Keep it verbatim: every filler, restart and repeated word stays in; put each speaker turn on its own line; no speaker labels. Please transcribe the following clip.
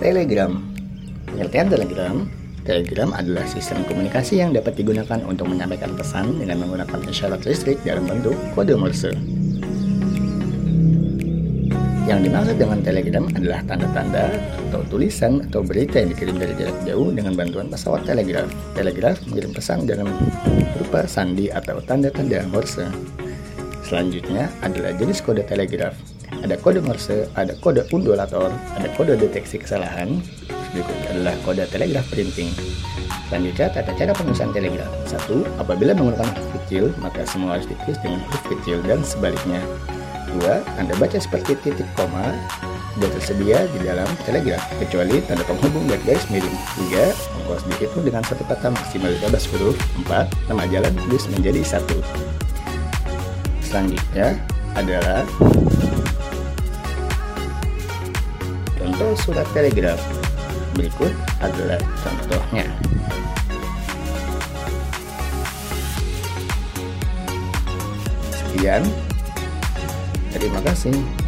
Telegram. Pengertian Telegram. Telegram adalah sistem komunikasi yang dapat digunakan untuk menyampaikan pesan dengan menggunakan isyarat listrik dalam bentuk kode Morse. Yang dimaksud dengan telegram adalah tanda-tanda atau tulisan atau berita yang dikirim dari jarak jauh dengan bantuan pesawat telegraf. Telegraf mengirim pesan dengan berupa sandi atau tanda-tanda Morse. Selanjutnya adalah jenis kode telegraf. Ada kode Morse, ada kode undulator, ada kode deteksi kesalahan. Berikut adalah kode telegraf printing. Selanjutnya tata cara penulisan telegraf. Satu, apabila menggunakan huruf kecil, maka semua harus ditulis dengan huruf kecil dan sebaliknya. Dua, tanda baca seperti titik koma tidak tersedia di dalam telegraf kecuali tanda penghubung dan garis miring. Tiga, ongkos dihitung dengan satu kata maksimal lima belas huruf. Empat, nama jalan tulis menjadi satu. Selanjutnya adalah contoh surat telegraf. Berikut adalah contohnya. Sekian. Terima kasih.